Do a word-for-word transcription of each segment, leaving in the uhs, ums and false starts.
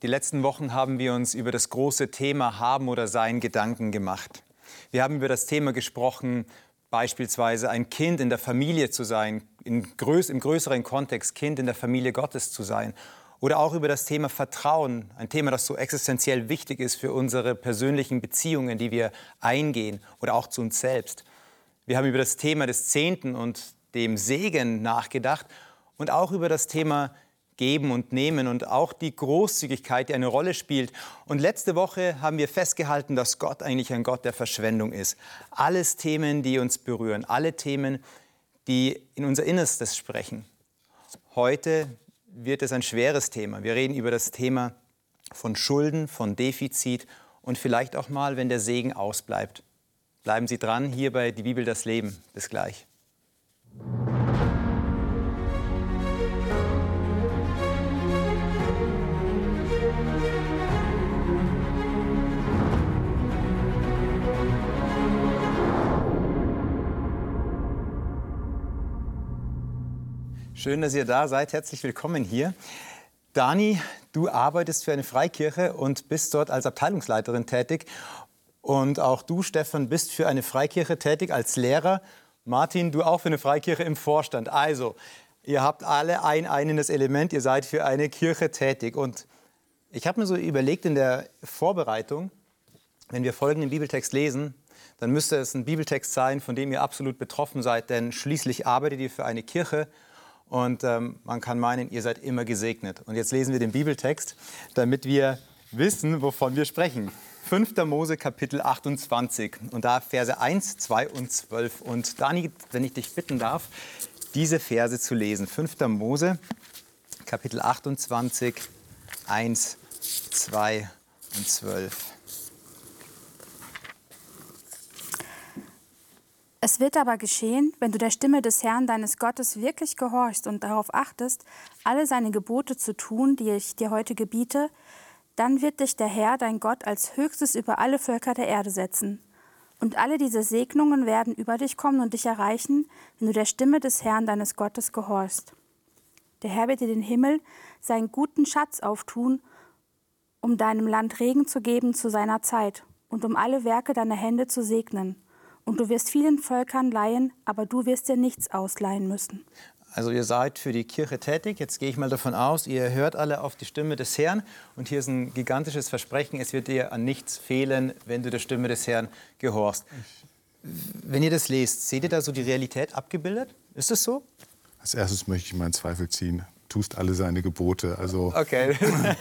Die letzten Wochen haben wir uns über das große Thema Haben oder Sein Gedanken gemacht. Wir haben über das Thema gesprochen, beispielsweise ein Kind in der Familie zu sein, in größ im größeren Kontext Kind in der Familie Gottes zu sein. Oder auch über das Thema Vertrauen, ein Thema, das so existenziell wichtig ist für unsere persönlichen Beziehungen, die wir eingehen oder auch zu uns selbst. Wir haben über das Thema des Zehnten und dem Segen nachgedacht und auch über das Thema Geben und Nehmen und auch die Großzügigkeit, die eine Rolle spielt. Und letzte Woche haben wir festgehalten, dass Gott eigentlich ein Gott der Verschwendung ist. Alles Themen, die uns berühren, alle Themen, die in unser Innerstes sprechen. Heute wird es ein schweres Thema. Wir reden über das Thema von Schulden, von Defizit und vielleicht auch mal, wenn der Segen ausbleibt. Bleiben Sie dran, hier bei Die Bibel, das Leben. Bis gleich. Schön, dass ihr da seid. Herzlich willkommen hier. Dani, du arbeitest für eine Freikirche und bist dort als Abteilungsleiterin tätig. Und auch du, Stefan, bist für eine Freikirche tätig als Lehrer. Martin, du auch für eine Freikirche im Vorstand. Also, ihr habt alle ein einendes Element, ihr seid für eine Kirche tätig. Und ich habe mir so überlegt in der Vorbereitung, wenn wir folgenden Bibeltext lesen, dann müsste es ein Bibeltext sein, von dem ihr absolut betroffen seid, denn schließlich arbeitet ihr für eine Kirche. Und ähm, man kann meinen, ihr seid immer gesegnet. Und jetzt lesen wir den Bibeltext, damit wir wissen, wovon wir sprechen. fünfter Mose, Kapitel achtundzwanzig. Und da Verse eins, zwei und zwölf. Und Dani, wenn ich dich bitten darf, diese Verse zu lesen. fünfter Mose, Kapitel achtundzwanzig, eins, zwei und zwölf. Es wird aber geschehen, wenn du der Stimme des Herrn, deines Gottes, wirklich gehorchst und darauf achtest, alle seine Gebote zu tun, die ich dir heute gebiete, dann wird dich der Herr, dein Gott, als Höchstes über alle Völker der Erde setzen. Und alle diese Segnungen werden über dich kommen und dich erreichen, wenn du der Stimme des Herrn, deines Gottes, gehorchst. Der Herr wird dir den Himmel, seinen guten Schatz auftun, um deinem Land Regen zu geben zu seiner Zeit und um alle Werke deiner Hände zu segnen. Und du wirst vielen Völkern leihen, aber du wirst dir nichts ausleihen müssen. Also ihr seid für die Kirche tätig. Jetzt gehe ich mal davon aus, ihr hört alle auf die Stimme des Herrn. Und hier ist ein gigantisches Versprechen, es wird dir an nichts fehlen, wenn du der Stimme des Herrn gehorchst. Wenn ihr das lest, seht ihr da so die Realität abgebildet? Ist das so? Als erstes möchte ich meinen Zweifel ziehen. Tust alle seine Gebote. Also okay.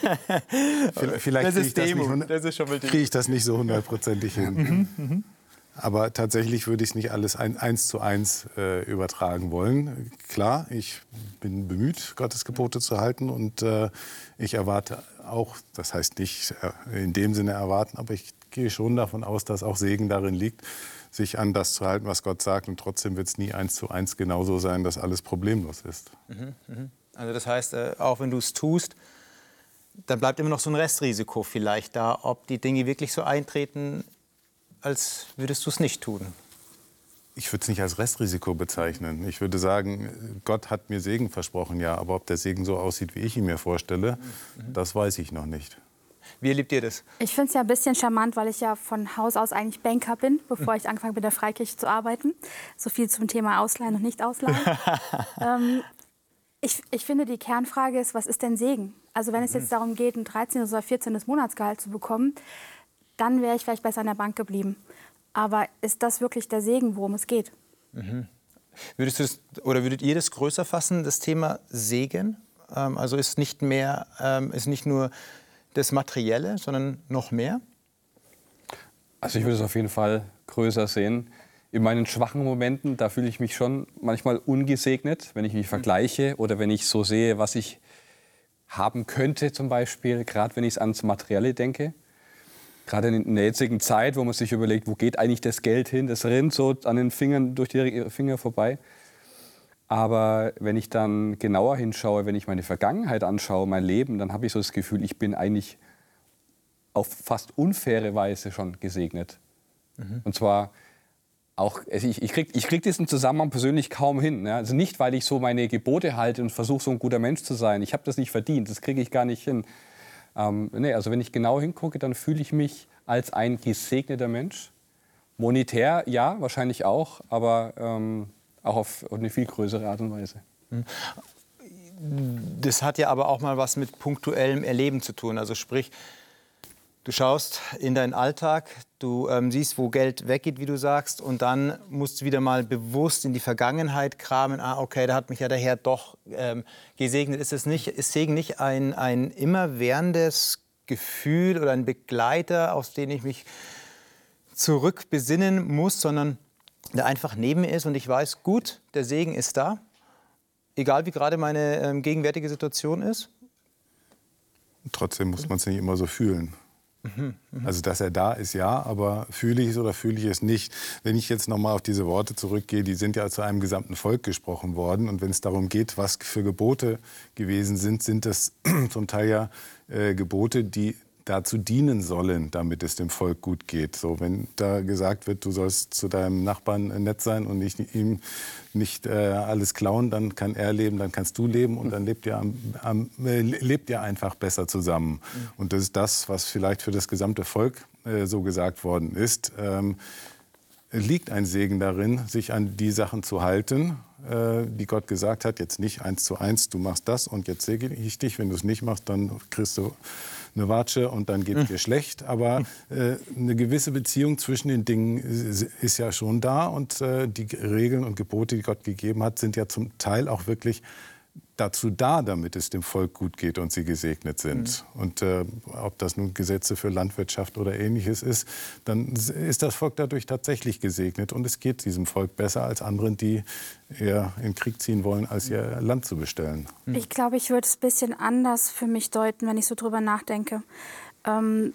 vielleicht das ist Demo. Das das ist schon mal kriege ich das nicht so hundertprozentig hin. Mhm, mhm. Aber tatsächlich würde ich es nicht alles ein, eins zu eins äh, übertragen wollen. Klar, ich bin bemüht, Gottes Gebote zu halten und äh, ich erwarte auch, das heißt nicht äh, in dem Sinne erwarten, aber ich gehe schon davon aus, dass auch Segen darin liegt, sich an das zu halten, was Gott sagt. Und trotzdem wird es nie eins zu eins genauso sein, dass alles problemlos ist. Mhm, mhm. Also das heißt, äh, auch wenn du es tust, dann bleibt immer noch so ein Restrisiko vielleicht da, ob die Dinge wirklich so eintreten, als würdest du es nicht tun? Ich würde es nicht als Restrisiko bezeichnen. Ich würde sagen, Gott hat mir Segen versprochen, ja. Aber ob der Segen so aussieht, wie ich ihn mir vorstelle, mhm. das weiß ich noch nicht. Wie erlebt ihr das? Ich finde es ja ein bisschen charmant, weil ich ja von Haus aus eigentlich Banker bin, bevor ich angefangen bin, in der Freikirche zu arbeiten. So viel zum Thema Ausleihen und Nicht-Ausleihen. ähm, ich, ich finde, die Kernfrage ist, was ist denn Segen? Also wenn es jetzt darum geht, ein dreizehntes oder vierzehntes Monatsgehalt zu bekommen, dann wäre ich vielleicht besser in der Bank geblieben. Aber ist das wirklich der Segen, worum es geht? Mhm. Würdest du das, oder würdet ihr das größer fassen, das Thema Segen? Ähm, also ist nicht mehr, ähm, ist nicht nur das Materielle, sondern noch mehr? Also ich würde es auf jeden Fall größer sehen. In meinen schwachen Momenten, da fühle ich mich schon manchmal ungesegnet, wenn ich mich vergleiche oder wenn ich so sehe, was ich haben könnte zum Beispiel, gerade wenn ich ans Materielle denke. Gerade in der jetzigen Zeit, wo man sich überlegt, wo geht eigentlich das Geld hin, das rinnt so an den Fingern, durch die Finger vorbei. Aber wenn ich dann genauer hinschaue, wenn ich meine Vergangenheit anschaue, mein Leben, dann habe ich so das Gefühl, ich bin eigentlich auf fast unfaire Weise schon gesegnet. Mhm. Und zwar auch, also ich, ich kriege ich krieg diesen Zusammenhang persönlich kaum hin. Ja? Also nicht, weil ich so meine Gebote halte und versuche, so ein guter Mensch zu sein. Ich habe das nicht verdient, das kriege ich gar nicht hin. Ähm, nee, also wenn ich genau hingucke, dann fühle ich mich als ein gesegneter Mensch. Monetär, ja, wahrscheinlich auch, aber ähm, auch auf eine viel größere Art und Weise. Das hat ja aber auch mal was mit punktuellem Erleben zu tun. Also sprich, du schaust in deinen Alltag, du ähm, siehst, wo Geld weggeht, wie du sagst, und dann musst du wieder mal bewusst in die Vergangenheit kramen. Ah, okay, da hat mich ja der Herr doch ähm, gesegnet. Ist es nicht, ist Segen nicht ein, ein immerwährendes Gefühl oder ein Begleiter, auf den ich mich zurückbesinnen muss, sondern der einfach neben mir ist und ich weiß, gut, der Segen ist da, egal wie gerade meine ähm, gegenwärtige Situation ist? Trotzdem muss man es nicht immer so fühlen. Also, dass er da ist, ja, aber fühle ich es oder fühle ich es nicht? Wenn ich jetzt noch mal auf diese Worte zurückgehe, die sind ja zu einem gesamten Volk gesprochen worden. Und wenn es darum geht, was für Gebote gewesen sind, sind das zum Teil ja äh, Gebote, die dazu dienen sollen, damit es dem Volk gut geht. So, wenn da gesagt wird, du sollst zu deinem Nachbarn nett sein und nicht, ihm nicht äh, alles klauen, dann kann er leben, dann kannst du leben und dann lebt ihr, am, am, äh, lebt ihr einfach besser zusammen. Mhm. Und das ist das, was vielleicht für das gesamte Volk äh, so gesagt worden ist. Ähm, liegt ein Segen darin, sich an die Sachen zu halten, äh, die Gott gesagt hat. Jetzt nicht eins zu eins, du machst das und jetzt segne ich dich. Wenn du es nicht machst, dann kriegst du eine Watsche und dann geht es dir schlecht. Aber äh, eine gewisse Beziehung zwischen den Dingen ist, ist ja schon da. Und äh, die Regeln und Gebote, die Gott gegeben hat, sind ja zum Teil auch wirklich dazu da, damit es dem Volk gut geht und sie gesegnet sind. Mhm. Und äh, ob das nun Gesetze für Landwirtschaft oder Ähnliches ist, dann ist das Volk dadurch tatsächlich gesegnet. Und es geht diesem Volk besser als anderen, die eher in den Krieg ziehen wollen, als ihr Land zu bestellen. Mhm. Ich glaube, ich würde es ein bisschen anders für mich deuten, wenn ich so drüber nachdenke. Ähm,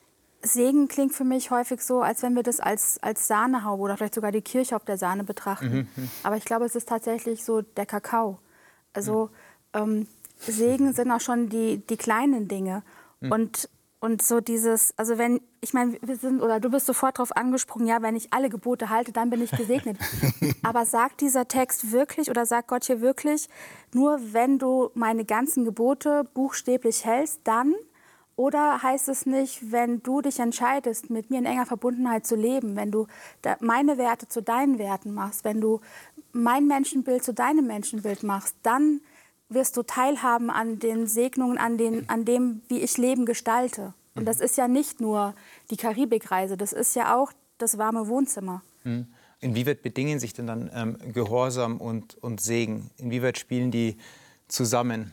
Segen klingt für mich häufig so, als wenn wir das als, als Sahnehaube oder vielleicht sogar die Kirsche auf der Sahne betrachten. Mhm. Aber ich glaube, es ist tatsächlich so der Kakao. Also ähm, Segen sind auch schon die, die kleinen Dinge. Mhm. Und, und so dieses, also wenn, ich meine, wir sind, oder du bist sofort darauf angesprungen, ja, wenn ich alle Gebote halte, dann bin ich gesegnet. Aber sagt dieser Text wirklich oder sagt Gott hier wirklich, nur wenn du meine ganzen Gebote buchstäblich hältst, dann? Oder heißt es nicht, wenn du dich entscheidest, mit mir in enger Verbundenheit zu leben, wenn du meine Werte zu deinen Werten machst, wenn du mein Menschenbild zu deinem Menschenbild machst, dann wirst du teilhaben an den Segnungen, an, den, an dem, wie ich Leben gestalte. Und das ist ja nicht nur die Karibikreise, das ist ja auch das warme Wohnzimmer. Inwieweit bedingen sich denn dann ähm, Gehorsam und, und Segen? Inwieweit spielen die zusammen?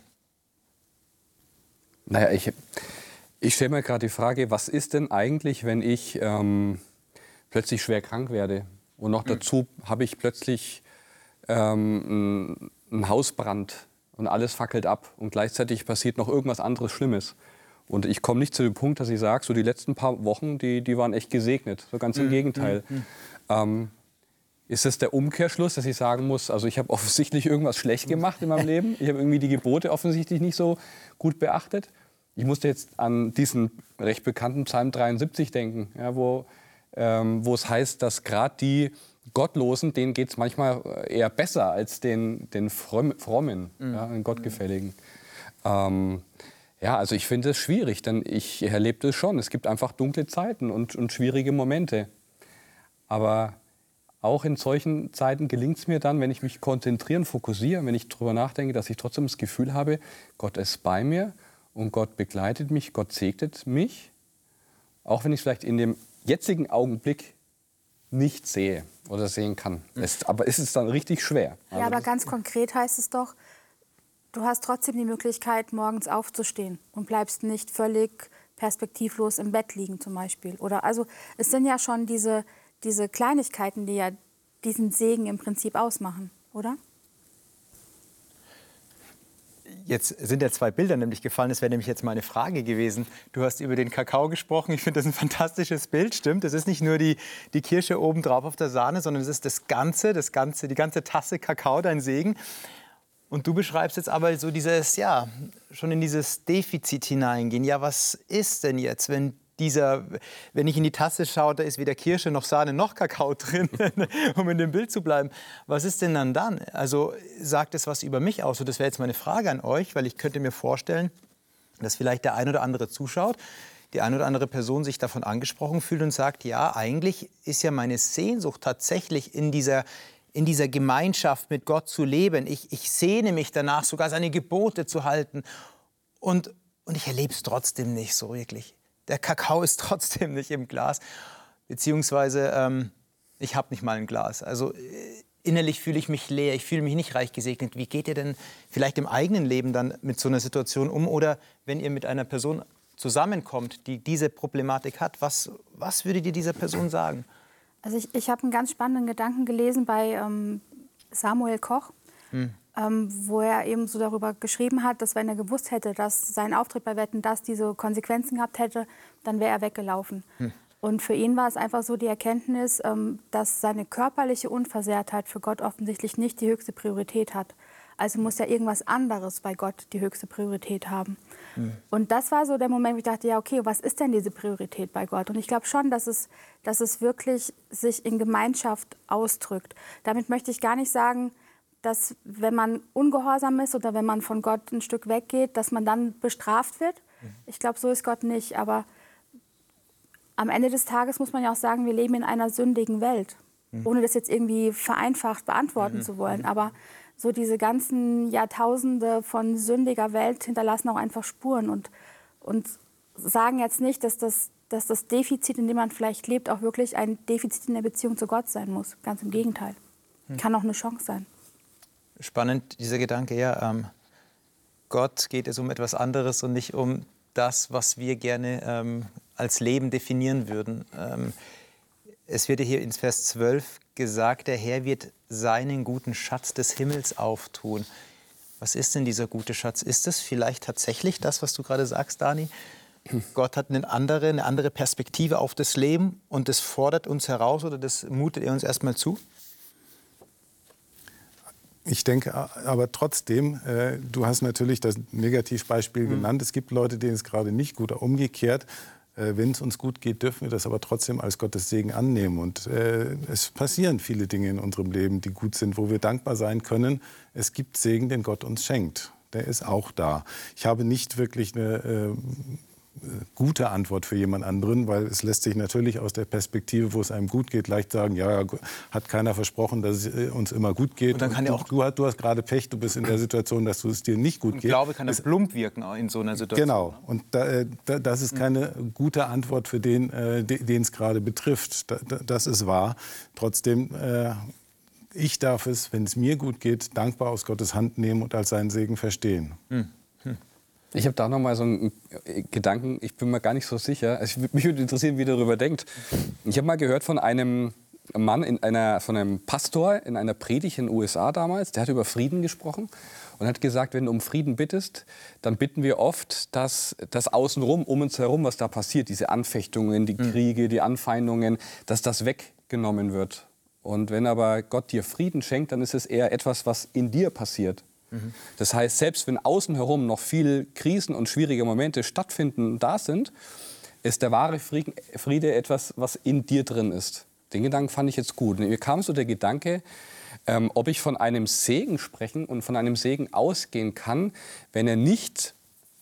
Naja, ich, ich stelle mir gerade die Frage, was ist denn eigentlich, wenn ich ähm, plötzlich schwer krank werde? Und noch dazu habe ich plötzlich ähm, ein Hausbrand und alles fackelt ab und gleichzeitig passiert noch irgendwas anderes Schlimmes. Und ich komme nicht zu dem Punkt, dass ich sage, so die letzten paar Wochen, die, die waren echt gesegnet. So ganz im mm, Gegenteil. Mm, mm. Ähm, ist es der Umkehrschluss, dass ich sagen muss, also ich habe offensichtlich irgendwas schlecht gemacht in meinem Leben. Ich habe irgendwie die Gebote offensichtlich nicht so gut beachtet. Ich musste jetzt an diesen recht bekannten Psalm dreiundsiebzig denken, ja, wo, ähm, wo es heißt, dass gerade die Gottlosen, denen geht es manchmal eher besser als den, den Frommen, mhm. ja, den Gottgefälligen. Ähm, ja, also ich finde es schwierig, denn ich erlebe es schon. Es gibt einfach dunkle Zeiten und, und schwierige Momente. Aber auch in solchen Zeiten gelingt es mir dann, wenn ich mich konzentriere, fokussiere, wenn ich darüber nachdenke, dass ich trotzdem das Gefühl habe, Gott ist bei mir und Gott begleitet mich, Gott segnet mich. Auch wenn ich es vielleicht in dem jetzigen Augenblick nicht sehe oder sehen kann. Es, aber ist es dann richtig schwer. Ja, also aber ganz konkret heißt es doch, du hast trotzdem die Möglichkeit, morgens aufzustehen und bleibst nicht völlig perspektivlos im Bett liegen zum Beispiel. Oder also es sind ja schon diese, diese Kleinigkeiten, die ja diesen Segen im Prinzip ausmachen, oder? Jetzt sind ja zwei Bilder nämlich gefallen. Das wäre nämlich jetzt meine Frage gewesen. Du hast über den Kakao gesprochen. Ich finde das ein fantastisches Bild, stimmt. Das ist nicht nur die, die Kirsche oben drauf auf der Sahne, sondern es ist das Ganze, das Ganze, die ganze Tasse Kakao, dein Segen. Und du beschreibst jetzt aber so dieses, ja, schon in dieses Defizit hineingehen. Ja, was ist denn jetzt, wenn dieser, wenn ich in die Tasse schaue, da ist weder Kirsche noch Sahne noch Kakao drin, um in dem Bild zu bleiben. Was ist denn dann dann? Also sagt es was über mich aus? Und das wäre jetzt meine Frage an euch, weil ich könnte mir vorstellen, dass vielleicht der ein oder andere zuschaut, die eine oder andere Person sich davon angesprochen fühlt und sagt, ja, eigentlich ist ja meine Sehnsucht tatsächlich in dieser, in dieser Gemeinschaft mit Gott zu leben. Ich, ich sehne mich danach, sogar seine Gebote zu halten. Und, und ich erlebe es trotzdem nicht so wirklich. Der Kakao ist trotzdem nicht im Glas. Beziehungsweise, ähm, ich habe nicht mal ein Glas. Also äh, innerlich fühle ich mich leer, ich fühle mich nicht reich gesegnet. Wie geht ihr denn vielleicht im eigenen Leben dann mit so einer Situation um? Oder wenn ihr mit einer Person zusammenkommt, die diese Problematik hat, was, was würdet ihr dieser Person sagen? Also ich, ich habe einen ganz spannenden Gedanken gelesen bei ähm, Samuel Koch, hm. ähm, wo er eben so darüber geschrieben hat, dass wenn er gewusst hätte, dass sein Auftritt bei Wetten, dass diese Konsequenzen gehabt hätte, dann wäre er weggelaufen. Hm. Und für ihn war es einfach so die Erkenntnis, ähm, dass seine körperliche Unversehrtheit für Gott offensichtlich nicht die höchste Priorität hat. Also muss ja irgendwas anderes bei Gott die höchste Priorität haben. Mhm. Und das war so der Moment, wo ich dachte, ja okay, was ist denn diese Priorität bei Gott? Und ich glaube schon, dass es, dass es wirklich sich in Gemeinschaft ausdrückt. Damit möchte ich gar nicht sagen, dass wenn man ungehorsam ist oder wenn man von Gott ein Stück weggeht, dass man dann bestraft wird. Mhm. Ich glaube, so ist Gott nicht. Aber am Ende des Tages muss man ja auch sagen, wir leben in einer sündigen Welt. Mhm. Ohne das jetzt irgendwie vereinfacht beantworten mhm. zu wollen. Aber so diese ganzen Jahrtausende von sündiger Welt hinterlassen auch einfach Spuren und, und sagen jetzt nicht, dass das, dass das Defizit, in dem man vielleicht lebt, auch wirklich ein Defizit in der Beziehung zu Gott sein muss. Ganz im Gegenteil. Kann auch eine Chance sein. Spannend, dieser Gedanke, ja. Ähm, Gott geht es um etwas anderes und nicht um das, was wir gerne ähm, als Leben definieren würden. Ähm, es wird hier in Vers zwölf gesagt, der Herr wird seinen guten Schatz des Himmels auftun. Was ist denn dieser gute Schatz? Ist es vielleicht tatsächlich das, was du gerade sagst, Dani? Gott hat eine andere, eine andere Perspektive auf das Leben und das fordert uns heraus oder das mutet er uns erstmal zu? Ich denke aber trotzdem, äh, du hast natürlich das Negativbeispiel mhm. genannt. Es gibt Leute, denen es gerade nicht gut, umgekehrt. Äh, wenn es uns gut geht, dürfen wir das aber trotzdem als Gottes Segen annehmen. Und äh, es passieren viele Dinge in unserem Leben, die gut sind, wo wir dankbar sein können. Es gibt Segen, den Gott uns schenkt. Der ist auch da. Ich habe nicht wirklich eine äh, gute Antwort für jemand anderen, weil es lässt sich natürlich aus der Perspektive, wo es einem gut geht, leicht sagen, ja, hat keiner versprochen, dass es uns immer gut geht. Und dann kann und ja auch du, du, du hast gerade Pech, du bist in der Situation, dass es dir nicht gut und geht. Glaube kann das plump wirken in so einer Situation. Genau. Und da, da, das ist keine gute Antwort für den, äh, den es gerade betrifft. Da, das ist wahr. Trotzdem, äh, ich darf es, wenn es mir gut geht, dankbar aus Gottes Hand nehmen und als seinen Segen verstehen. Hm. Hm. Ich habe da noch mal so einen Gedanken, ich bin mir gar nicht so sicher. Also mich würde interessieren, wie ihr darüber denkt. Ich habe mal gehört von einem Mann, in einer, von einem Pastor in einer Predigt in den U S A damals, der hat über Frieden gesprochen und hat gesagt, wenn du um Frieden bittest, dann bitten wir oft, dass das Außenrum, um uns herum, was da passiert, diese Anfechtungen, die Kriege, die Anfeindungen, dass das weggenommen wird. Und wenn aber Gott dir Frieden schenkt, dann ist es eher etwas, was in dir passiert. Das heißt, selbst wenn außen herum noch viel Krisen und schwierige Momente stattfinden, da sind, ist der wahre Friede etwas, was in dir drin ist. Den Gedanken fand ich jetzt gut. Mir kam so der Gedanke, ähm, ob ich von einem Segen sprechen und von einem Segen ausgehen kann, wenn er nicht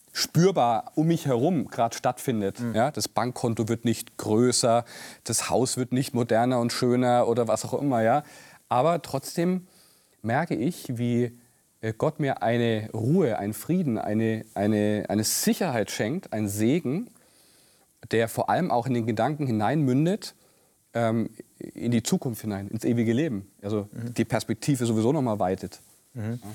spürbar um mich herum gerade stattfindet. Mhm. Ja, das Bankkonto wird nicht größer, das Haus wird nicht moderner und schöner oder was auch immer. Ja. Aber trotzdem merke ich, wie Gott mir eine Ruhe, einen Frieden, eine, eine, eine Sicherheit schenkt, einen Segen, der vor allem auch in den Gedanken hineinmündet, ähm, in die Zukunft hinein, ins ewige Leben. Also mhm. die Perspektive sowieso noch mal weitet. Mhm. Ja.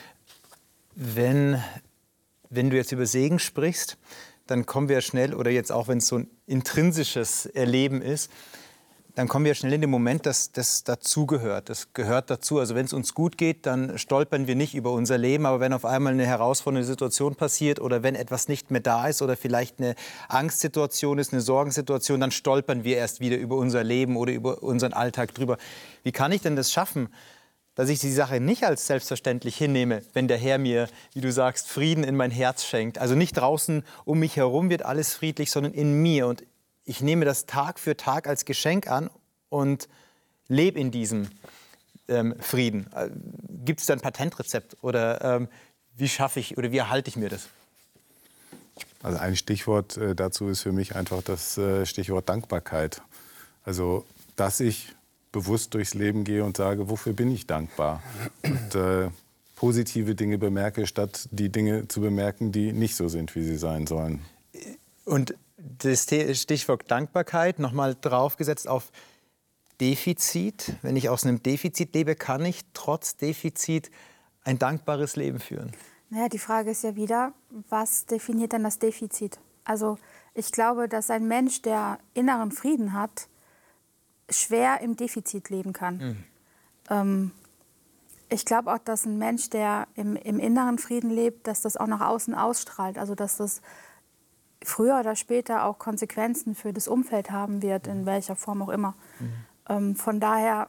Wenn, wenn du jetzt über Segen sprichst, dann kommen wir schnell, oder jetzt auch wenn es so ein intrinsisches Erleben ist, dann kommen wir schnell in den Moment, dass das dazugehört. Das gehört dazu. Also wenn es uns gut geht, dann stolpern wir nicht über unser Leben. Aber wenn auf einmal eine herausfordernde Situation passiert oder wenn etwas nicht mehr da ist oder vielleicht eine Angstsituation ist, eine Sorgensituation, dann stolpern wir erst wieder über unser Leben oder über unseren Alltag drüber. Wie kann ich denn das schaffen, dass ich die Sache nicht als selbstverständlich hinnehme, wenn der Herr mir, wie du sagst, Frieden in mein Herz schenkt? Also nicht draußen um mich herum wird alles friedlich, sondern in mir. Und ich nehme das Tag für Tag als Geschenk an und lebe in diesem ähm, Frieden. Äh, Gibt es da ein Patentrezept oder ähm, wie schaffe ich oder wie erhalte ich mir das? Also ein Stichwort äh, dazu ist für mich einfach das äh, Stichwort Dankbarkeit. Also, dass ich bewusst durchs Leben gehe und sage, wofür bin ich dankbar? Und äh, positive Dinge bemerke, statt die Dinge zu bemerken, die nicht so sind, wie sie sein sollen. Und das Stichwort Dankbarkeit nochmal draufgesetzt auf Defizit. Wenn ich aus einem Defizit lebe, kann ich trotz Defizit ein dankbares Leben führen? Naja, die Frage ist ja wieder, was definiert denn das Defizit? Also ich glaube, dass ein Mensch, der inneren Frieden hat, schwer im Defizit leben kann. Mhm. Ähm, ich glaube auch, dass ein Mensch, der im, im inneren Frieden lebt, dass das auch nach außen ausstrahlt. Also dass das früher oder später auch Konsequenzen für das Umfeld haben wird, in welcher Form auch immer. Mhm. Ähm, von daher,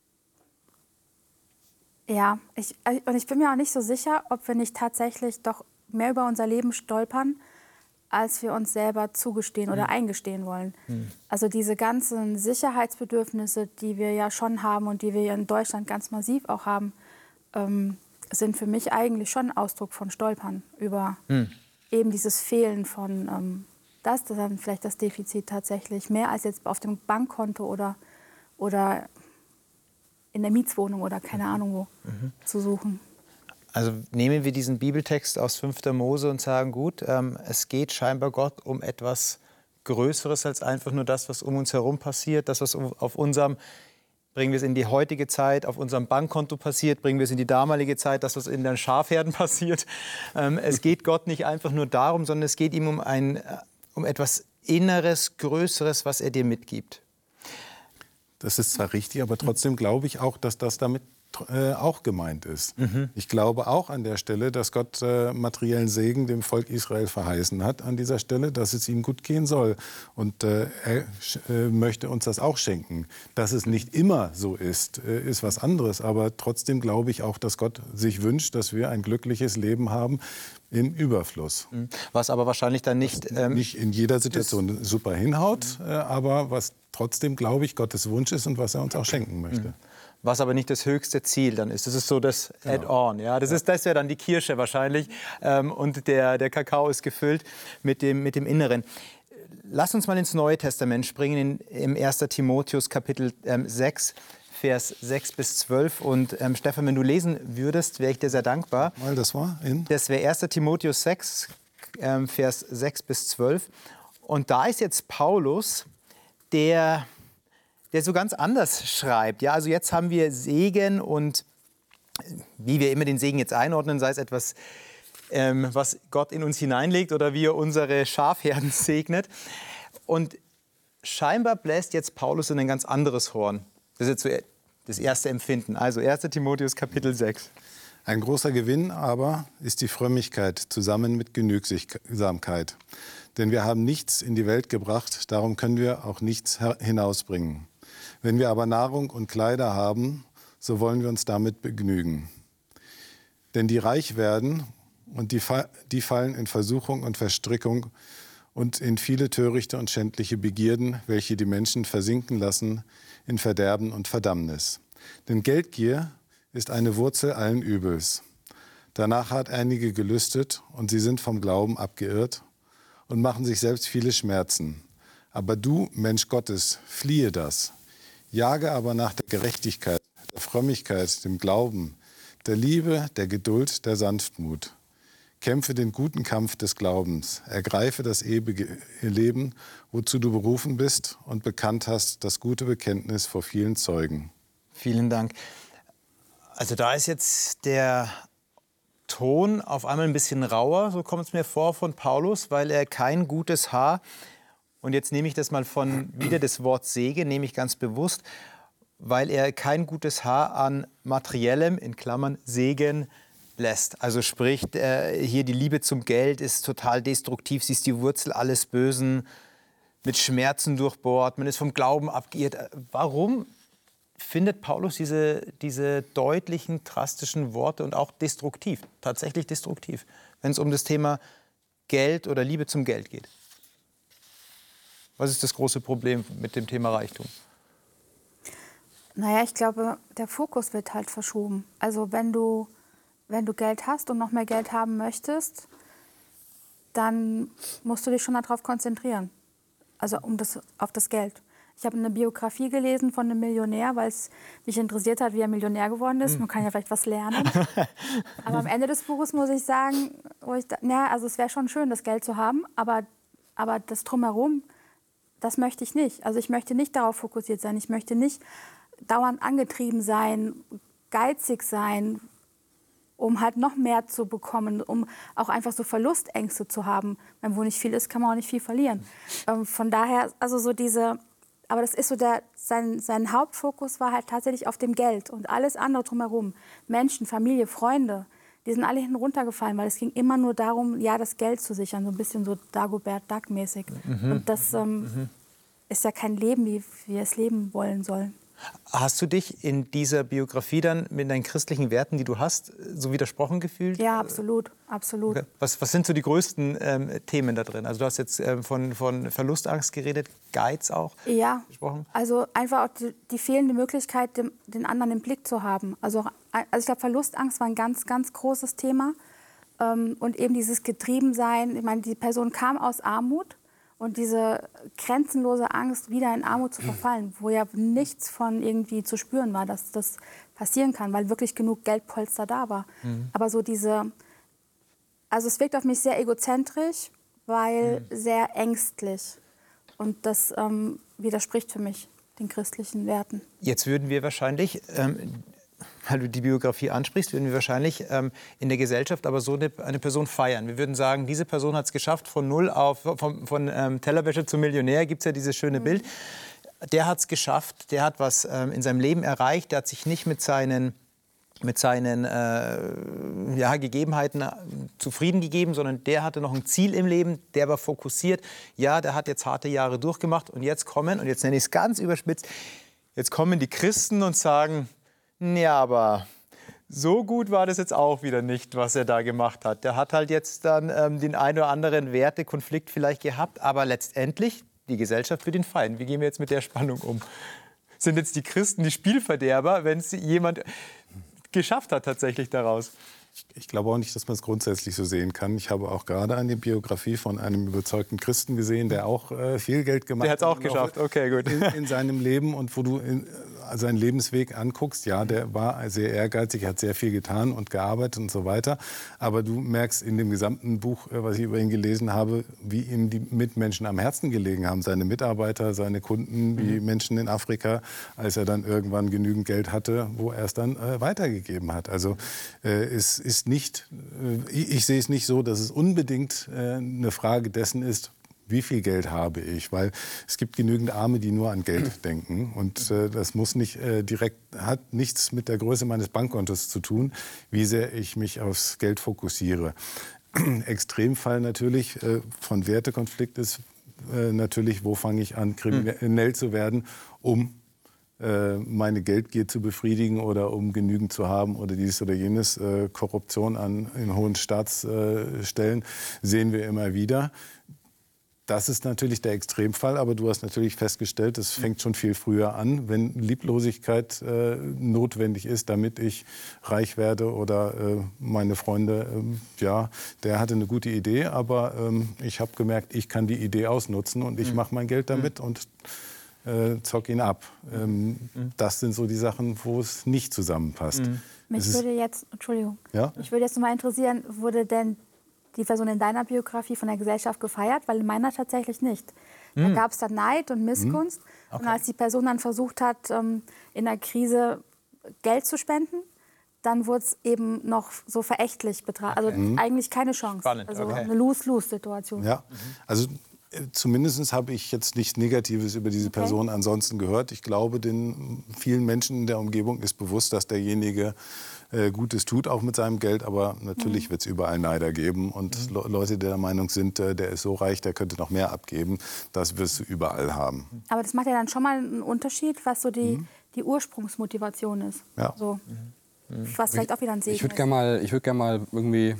ja, ich, und ich bin mir auch nicht so sicher, ob wir nicht tatsächlich doch mehr über unser Leben stolpern, als wir uns selber zugestehen oder mhm. eingestehen wollen. Mhm. Also diese ganzen Sicherheitsbedürfnisse, die wir ja schon haben und die wir ja in Deutschland ganz massiv auch haben, ähm, sind für mich eigentlich schon Ausdruck von Stolpern über mhm. eben dieses Fehlen von, ähm, das, das dann vielleicht das Defizit tatsächlich, mehr als jetzt auf dem Bankkonto oder, oder in der Mietswohnung oder keine Ahnung wo mhm. zu suchen. Also nehmen wir diesen Bibeltext aus fünfter Mose und sagen, gut, ähm, es geht scheinbar Gott um etwas Größeres als einfach nur das, was um uns herum passiert, das, was auf unserem, bringen wir es in die heutige Zeit, auf unserem Bankkonto passiert, bringen wir es in die damalige Zeit, das, was in den Schafherden passiert. Ähm, es geht Gott nicht einfach nur darum, sondern es geht ihm um, ein, um etwas Inneres, Größeres, was er dir mitgibt. Das ist zwar richtig, aber trotzdem glaube ich auch, dass das damit äh, auch gemeint ist. Mhm. Ich glaube auch an der Stelle, dass Gott äh, materiellen Segen dem Volk Israel verheißen hat an dieser Stelle, dass es ihm gut gehen soll. Und äh, er äh, möchte uns das auch schenken. Dass es nicht immer so ist, äh, ist was anderes. Aber trotzdem glaube ich auch, dass Gott sich wünscht, dass wir ein glückliches Leben haben im Überfluss. Was aber wahrscheinlich dann nicht... Ähm, nicht in jeder Situation super hinhaut, äh, aber was trotzdem, glaube ich, Gottes Wunsch ist und was er uns auch schenken möchte. Was aber nicht das höchste Ziel dann ist. Das ist so das genau. Add-on. Ja? Das, ja. das wäre dann die Kirsche wahrscheinlich. Ähm, und der, der Kakao ist gefüllt mit dem, mit dem Inneren. Lass uns mal ins Neue Testament springen, in, im ersten Timotheus Kapitel ähm, sechs, Vers sechs bis zwölf. Und ähm, Stefan, wenn du lesen würdest, wäre ich dir sehr dankbar. Mal, das war in? Das wäre ersten Timotheus sechs, ähm, Vers sechs bis zwölf. Und da ist jetzt Paulus, der... der so ganz anders schreibt. Ja, also jetzt haben wir Segen und wie wir immer den Segen jetzt einordnen, sei es etwas, ähm, was Gott in uns hineinlegt oder wie er unsere Schafherden segnet. Und scheinbar bläst jetzt Paulus in ein ganz anderes Horn. Das ist jetzt so das erste Empfinden. Also ersten Timotheus Kapitel sechs. Ein großer Gewinn aber ist die Frömmigkeit zusammen mit Genügsamkeit. Denn wir haben nichts in die Welt gebracht, darum können wir auch nichts hinausbringen. Wenn wir aber Nahrung und Kleider haben, so wollen wir uns damit begnügen. Denn die reich werden, und die, die fallen in Versuchung und Verstrickung und in viele törichte und schändliche Begierden, welche die Menschen versinken lassen in Verderben und Verdammnis. Denn Geldgier ist eine Wurzel allen Übels. Danach hat einige gelüstet, und sie sind vom Glauben abgeirrt und machen sich selbst viele Schmerzen. Aber du, Mensch Gottes, fliehe das. Jage aber nach der Gerechtigkeit, der Frömmigkeit, dem Glauben, der Liebe, der Geduld, der Sanftmut. Kämpfe den guten Kampf des Glaubens. Ergreife das ewige Leben, wozu du berufen bist und bekannt hast, das gute Bekenntnis vor vielen Zeugen. Vielen Dank. Also da ist jetzt der Ton auf einmal ein bisschen rauer, so kommt es mir vor, von Paulus, weil er kein gutes Haar... Und jetzt nehme ich das mal von wieder das Wort Segen, nehme ich ganz bewusst, weil er kein gutes Haar an materiellem, in Klammern, Segen lässt. Also sprich, äh, hier die Liebe zum Geld ist total destruktiv, sie ist die Wurzel alles Bösen, mit Schmerzen durchbohrt, man ist vom Glauben abgeirrt. Warum findet Paulus diese, diese deutlichen, drastischen Worte und auch destruktiv, tatsächlich destruktiv, wenn es um das Thema Geld oder Liebe zum Geld geht? Was ist das große Problem mit dem Thema Reichtum? Naja, ich glaube, der Fokus wird halt verschoben. Also wenn du, wenn du Geld hast und noch mehr Geld haben möchtest, dann musst du dich schon darauf konzentrieren. Also um das, auf das Geld. Ich habe eine Biografie gelesen von einem Millionär, weil es mich interessiert hat, wie er Millionär geworden ist. Man kann ja vielleicht was lernen. Aber am Ende des Buches muss ich sagen, wo ich da, na, also es wäre schon schön, das Geld zu haben, aber, aber das Drumherum, das möchte ich nicht. Also ich möchte nicht darauf fokussiert sein. Ich möchte nicht dauernd angetrieben sein, geizig sein, um halt noch mehr zu bekommen, um auch einfach so Verlustängste zu haben. Wenn wo nicht viel ist, kann man auch nicht viel verlieren. Ähm, von daher, also so diese, aber das ist so der, sein, sein Hauptfokus war halt tatsächlich auf dem Geld und alles andere drumherum. Menschen, Familie, Freunde, die sind alle hinten runtergefallen, weil es ging immer nur darum, ja, das Geld zu sichern, so ein bisschen so Dagobert Duck-mäßig. Mhm. Und das ähm, mhm. ist ja kein Leben, wie wir es leben wollen sollen. Hast du dich in dieser Biografie dann mit deinen christlichen Werten, die du hast, so widersprochen gefühlt? Ja, absolut, absolut. Okay. Was, was sind so die größten ähm, Themen da drin? Also du hast jetzt ähm, von, von Verlustangst geredet, Geiz auch ja, gesprochen. Also einfach auch die, die fehlende Möglichkeit, den, den anderen im Blick zu haben. Also, also ich glaube, Verlustangst war ein ganz, ganz großes Thema. Ähm, und eben dieses Getriebensein. Ich meine, die Person kam aus Armut. Und diese grenzenlose Angst, wieder in Armut zu verfallen, wo ja nichts von irgendwie zu spüren war, dass das passieren kann, weil wirklich genug Geldpolster da war. Mhm. Aber so diese, also es wirkt auf mich sehr egozentrisch, weil mhm. sehr ängstlich. Und das ähm, widerspricht für mich den christlichen Werten. Jetzt würden wir wahrscheinlich, ähm, weil du die Biografie ansprichst, würden wir wahrscheinlich ähm, in der Gesellschaft aber so eine, eine Person feiern. Wir würden sagen, diese Person hat es geschafft, von null auf, von, von ähm, Tellerwäscher zum Millionär, gibt es ja dieses schöne mhm. Bild. Der hat es geschafft, der hat was ähm, in seinem Leben erreicht, der hat sich nicht mit seinen, mit seinen äh, ja, Gegebenheiten äh, zufrieden gegeben, sondern der hatte noch ein Ziel im Leben, der war fokussiert. Ja, der hat jetzt harte Jahre durchgemacht und jetzt kommen, und jetzt nenne ich es ganz überspitzt, jetzt kommen die Christen und sagen, ja, aber so gut war das jetzt auch wieder nicht, was er da gemacht hat. Der hat halt jetzt dann ähm, den einen oder anderen Wertekonflikt vielleicht gehabt, aber letztendlich, die Gesellschaft wird ihn feiern. Wie gehen wir jetzt mit der Spannung um? Sind jetzt die Christen die Spielverderber, wenn es jemand geschafft hat tatsächlich daraus? Ich glaube auch nicht, dass man es grundsätzlich so sehen kann. Ich habe auch gerade eine Biografie von einem überzeugten Christen gesehen, der auch äh, viel Geld gemacht hat. Der hat es auch geschafft, okay, gut. In, in seinem Leben. Und wo du in, äh, seinen Lebensweg anguckst, ja, der war sehr ehrgeizig, hat sehr viel getan und gearbeitet und so weiter. Aber du merkst in dem gesamten Buch, äh, was ich über ihn gelesen habe, wie ihm die Mitmenschen am Herzen gelegen haben. Seine Mitarbeiter, seine Kunden, die mhm. Menschen in Afrika, als er dann irgendwann genügend Geld hatte, wo er es dann äh, weitergegeben hat. Also äh, ist ist nicht, ich, ich sehe es nicht so, dass es unbedingt äh, eine Frage dessen ist, wie viel Geld habe ich, weil es gibt genügend Arme, die nur an Geld denken, und äh, das muss nicht äh, direkt, hat nichts mit der Größe meines Bankkontos zu tun, wie sehr ich mich aufs Geld fokussiere. Extremfall natürlich äh, von Wertekonflikt ist äh, natürlich, wo fange ich an, kriminell zu werden, um meine Geldgier zu befriedigen oder um genügend zu haben oder dies oder jenes. Korruption an, in hohen Staatsstellen sehen wir immer wieder. Das ist natürlich der Extremfall, aber du hast natürlich festgestellt, es fängt schon viel früher an, wenn Lieblosigkeit äh, notwendig ist, damit ich reich werde oder äh, meine Freunde, äh, ja, der hatte eine gute Idee, aber äh, ich habe gemerkt, ich kann die Idee ausnutzen und ich mache mein Geld damit und Äh, zock ihn ab. Ähm, mhm. Das sind so die Sachen, wo es nicht zusammenpasst. Mhm. Mich würde jetzt, Entschuldigung, ja? mich würde jetzt noch mal interessieren, wurde denn die Person in deiner Biografie von der Gesellschaft gefeiert? Weil in meiner tatsächlich nicht. Mhm. Da gab es dann Neid und Missgunst. Mhm. Okay. Und als die Person dann versucht hat, ähm, in der Krise Geld zu spenden, dann wurde es eben noch so verächtlich betrachtet. Also mhm. eigentlich keine Chance. Spannend. Also okay. eine Lose-Lose-Situation. Ja, also zumindest habe ich jetzt nichts Negatives über diese Person okay. ansonsten gehört. Ich glaube, den vielen Menschen in der Umgebung ist bewusst, dass derjenige äh, Gutes tut, auch mit seinem Geld. Aber natürlich mhm. wird es überall Neider geben. Und mhm. Le Leute, die der Meinung sind, äh, der ist so reich, der könnte noch mehr abgeben, das wirst du überall haben. Aber das macht ja dann schon mal einen Unterschied, was so die, mhm. die Ursprungsmotivation ist. Ja. So. Mhm. Was vielleicht auch wieder ein Segen ich würde gerne mal, ich würd gern mal irgendwie,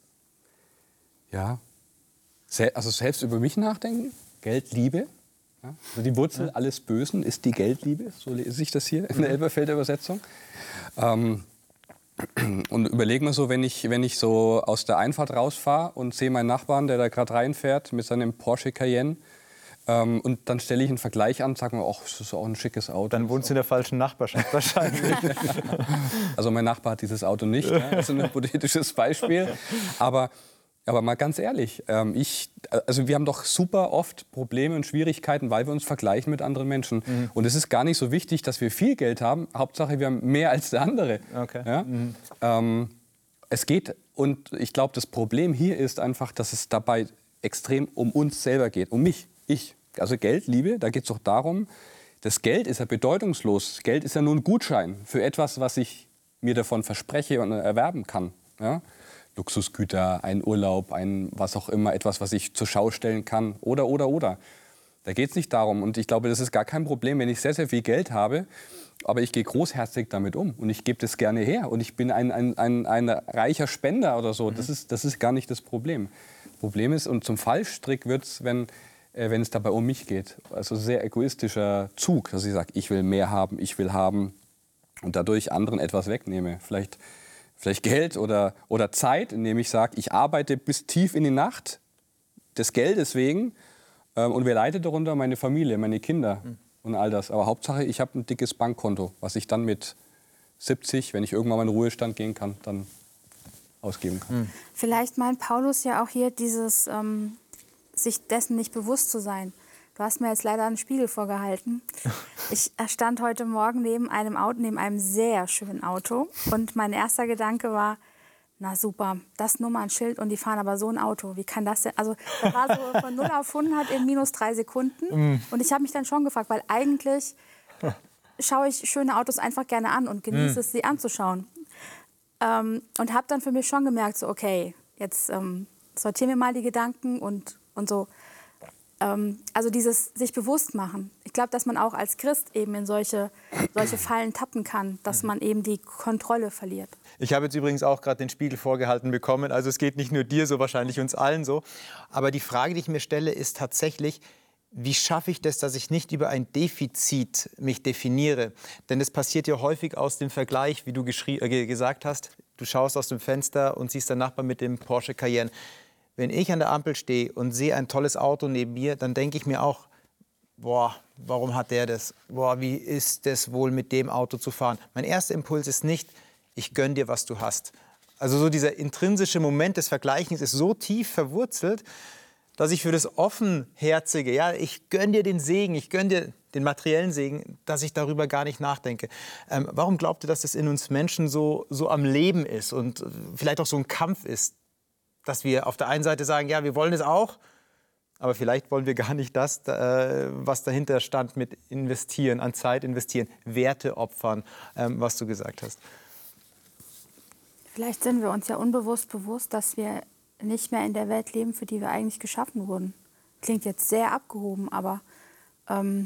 ja, also selbst über mich nachdenken. Geldliebe. Ja, also die Wurzel ja. alles Bösen ist die Geldliebe. So lese ich das hier in der Elberfelder Übersetzung. Ähm, Und überleg mal so, wenn ich, wenn ich so aus der Einfahrt rausfahre und sehe meinen Nachbarn, der da gerade reinfährt mit seinem Porsche Cayenne, ähm, und dann stelle ich einen Vergleich an und sage mir, ach, das ist auch ein schickes Auto. Dann wohnst du in der falschen Nachbarschaft wahrscheinlich. Also mein Nachbar hat dieses Auto nicht, ja? Das ist ein hypothetisches Beispiel. Aber, aber mal ganz ehrlich, ähm, ich, also wir haben doch super oft Probleme und Schwierigkeiten, weil wir uns vergleichen mit anderen Menschen. Mhm. Und es ist gar nicht so wichtig, dass wir viel Geld haben. Hauptsache, wir haben mehr als der andere. Okay. Ja? Mhm. Ähm, es geht, und ich glaube, das Problem hier ist einfach, dass es dabei extrem um uns selber geht, um mich. Ich, also Geld, Liebe, da geht es doch darum, das Geld ist ja bedeutungslos. Geld ist ja nur ein Gutschein für etwas, was ich mir davon verspreche und erwerben kann. Ja? Luxusgüter, ein Urlaub, ein was auch immer, etwas, was ich zur Schau stellen kann oder, oder, oder. Da geht es nicht darum. Und ich glaube, das ist gar kein Problem, wenn ich sehr, sehr viel Geld habe, aber ich gehe großherzig damit um und ich gebe das gerne her und ich bin ein, ein, ein, ein reicher Spender oder so. Das ist, das ist gar nicht das Problem. Das Problem ist, und zum Fallstrick wird es, wenn... wenn es dabei um mich geht. Also sehr egoistischer Zug, dass ich sage, ich will mehr haben, ich will haben und dadurch anderen etwas wegnehme. Vielleicht, vielleicht Geld oder, oder Zeit, indem ich sage, ich arbeite bis tief in die Nacht, des Geldes wegen, ähm, und wer leidet darunter? Meine Familie, meine Kinder mhm. und all das. Aber Hauptsache, ich habe ein dickes Bankkonto, was ich dann mit siebzig, wenn ich irgendwann mal in den Ruhestand gehen kann, dann ausgeben kann. Mhm. Vielleicht meint Paulus ja auch hier dieses... Ähm sich dessen nicht bewusst zu sein. Du hast mir jetzt leider einen Spiegel vorgehalten. Ich stand heute Morgen neben einem Auto, neben einem sehr schönen Auto. Und mein erster Gedanke war, na super, das Nummernschild und die fahren aber so ein Auto. Wie kann das denn? Also da war so von null auf hundert in minus drei Sekunden. Und ich habe mich dann schon gefragt, weil eigentlich schaue ich schöne Autos einfach gerne an und genieße es, sie anzuschauen. Ähm, und habe dann für mich schon gemerkt, so okay, jetzt ähm, sortieren wir mal die Gedanken und Und so. Ähm, also dieses sich bewusst machen. Ich glaube, dass man auch als Christ eben in solche, solche Fallen tappen kann, dass man eben die Kontrolle verliert. Ich habe jetzt übrigens auch gerade den Spiegel vorgehalten bekommen. Also es geht nicht nur dir so, wahrscheinlich uns allen so. Aber die Frage, die ich mir stelle, ist tatsächlich, wie schaffe ich das, dass ich nicht über ein Defizit mich definiere? Denn es passiert ja häufig aus dem Vergleich, wie du äh, gesagt hast. Du schaust aus dem Fenster und siehst den Nachbarn mit dem Porsche Cayenne. Wenn ich an der Ampel stehe und sehe ein tolles Auto neben mir, dann denke ich mir auch, boah, warum hat der das? Boah, wie ist das wohl mit dem Auto zu fahren? Mein erster Impuls ist nicht, ich gönn dir, was du hast. Also so dieser intrinsische Moment des Vergleichens ist so tief verwurzelt, dass ich für das Offenherzige, ja, ich gönn dir den Segen, ich gönn dir den materiellen Segen, dass ich darüber gar nicht nachdenke. Ähm, warum glaubt ihr, dass das in uns Menschen so, so am Leben ist und vielleicht auch so ein Kampf ist? Dass wir auf der einen Seite sagen, ja, wir wollen es auch, aber vielleicht wollen wir gar nicht das, äh, was dahinter stand mit investieren, an Zeit investieren, Werte opfern, ähm, was du gesagt hast. Vielleicht sind wir uns ja unbewusst bewusst, dass wir nicht mehr in der Welt leben, für die wir eigentlich geschaffen wurden. Klingt jetzt sehr abgehoben, aber ähm,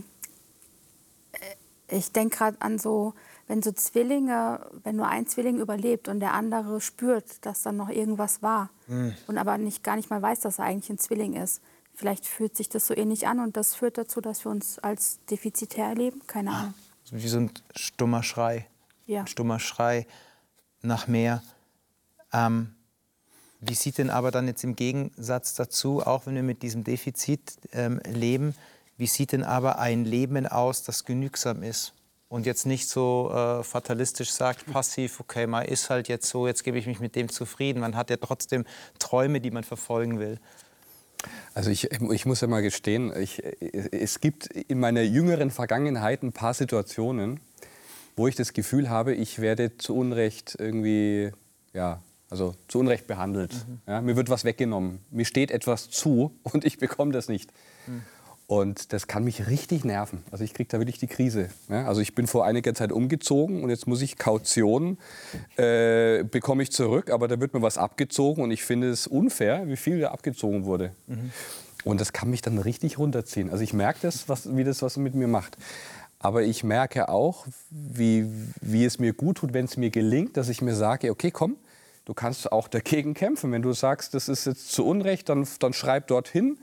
ich denke gerade an so, wenn so Zwillinge, wenn nur ein Zwilling überlebt und der andere spürt, dass dann noch irgendwas war mhm. und aber nicht, gar nicht mal weiß, dass er eigentlich ein Zwilling ist. Vielleicht fühlt sich das so ähnlich an und das führt dazu, dass wir uns als defizitär erleben. Keine Ahnung. Wie so ein stummer Schrei. Ja. Ein stummer Schrei nach mehr. Ähm, wie sieht denn aber dann jetzt im Gegensatz dazu, auch wenn wir mit diesem Defizit ähm, leben, wie sieht denn aber ein Leben aus, das genügsam ist? Und jetzt nicht so äh, fatalistisch sagt, passiv, okay, man ist halt jetzt so, jetzt gebe ich mich mit dem zufrieden. Man hat ja trotzdem Träume, die man verfolgen will. Also ich, ich muss ja mal gestehen, ich, es gibt in meiner jüngeren Vergangenheit ein paar Situationen, wo ich das Gefühl habe, ich werde zu Unrecht irgendwie, ja, also zu Unrecht behandelt. Mhm. Ja, mir wird was weggenommen, mir steht etwas zu und ich bekomme das nicht. Mhm. Und das kann mich richtig nerven. Also ich kriege da wirklich die Krise. Ja, also ich bin vor einiger Zeit umgezogen und jetzt muss ich Kaution, äh, bekomme ich zurück, aber da wird mir was abgezogen und ich finde es unfair, wie viel da abgezogen wurde. Mhm. Und das kann mich dann richtig runterziehen. Also ich merke das, was, wie das was mit mir macht. Aber ich merke auch, wie, wie es mir gut tut, wenn es mir gelingt, dass ich mir sage, okay, komm, du kannst auch dagegen kämpfen. Wenn du sagst, das ist jetzt zu Unrecht, dann, dann schreib dorthin.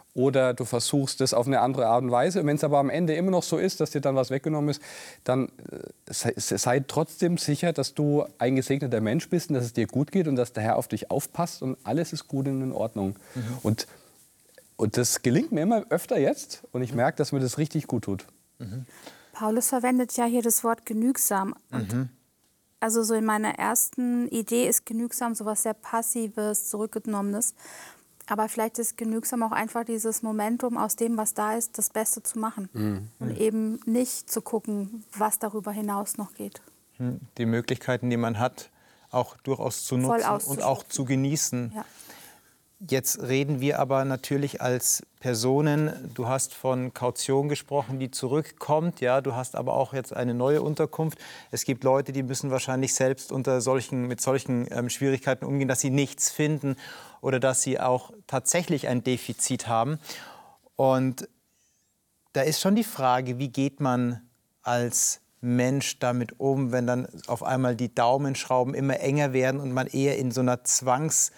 oder du versuchst es auf eine andere Art und Weise. Und wenn es aber am Ende immer noch so ist, dass dir dann was weggenommen ist, dann sei, sei trotzdem sicher, dass du ein gesegneter Mensch bist und dass es dir gut geht und dass der Herr auf dich aufpasst und alles ist gut und in Ordnung. Mhm. Und, und das gelingt mir immer öfter jetzt und ich merke, dass mir das richtig gut tut. Mhm. Paulus verwendet ja hier das Wort genügsam. Und mhm. Also so in meiner ersten Idee ist genügsam so was sehr Passives, Zurückgenommenes. Aber vielleicht ist genügsam auch einfach dieses Momentum, aus dem, was da ist, das Beste zu machen. Mhm. Und eben nicht zu gucken, was darüber hinaus noch geht. Die Möglichkeiten, die man hat, auch durchaus zu nutzen und auch zu genießen. Ja. Jetzt reden wir aber natürlich als Personen, du hast von Kaution gesprochen, die zurückkommt, ja, du hast aber auch jetzt eine neue Unterkunft. Es gibt Leute, die müssen wahrscheinlich selbst unter solchen, mit solchen ähm, Schwierigkeiten umgehen, dass sie nichts finden oder dass sie auch tatsächlich ein Defizit haben. Und da ist schon die Frage, wie geht man als Mensch damit um, wenn dann auf einmal die Daumenschrauben immer enger werden und man eher in so einer Zwangs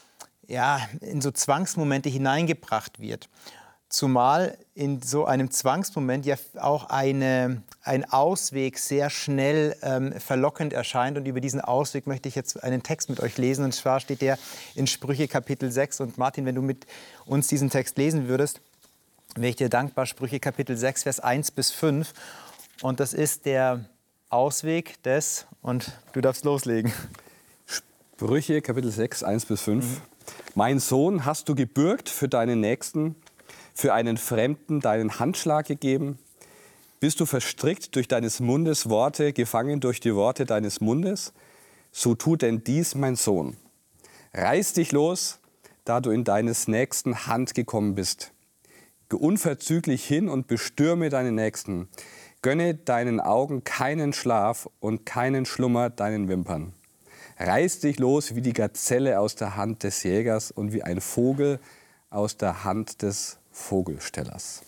ja, in so Zwangsmomente hineingebracht wird. Zumal in so einem Zwangsmoment ja auch eine, ein Ausweg sehr schnell ähm, verlockend erscheint. Und über diesen Ausweg möchte ich jetzt einen Text mit euch lesen. Und zwar steht der in Sprüche Kapitel sechs. Und Martin, wenn du mit uns diesen Text lesen würdest, wäre ich dir dankbar. Sprüche Kapitel sechs, Vers eins bis fünf. Und das ist der Ausweg des, und du darfst loslegen. Sprüche Kapitel sechs, eins bis fünf. Mhm. Mein Sohn, hast du gebürgt für deinen Nächsten, für einen Fremden deinen Handschlag gegeben? Bist du verstrickt durch deines Mundes Worte, gefangen durch die Worte deines Mundes? So tu denn dies, mein Sohn. Reiß dich los, da du in deines Nächsten Hand gekommen bist. Geh unverzüglich hin und bestürme deinen Nächsten. Gönne deinen Augen keinen Schlaf und keinen Schlummer deinen Wimpern. Reiß dich los wie die Gazelle aus der Hand des Jägers und wie ein Vogel aus der Hand des Vogelstellers.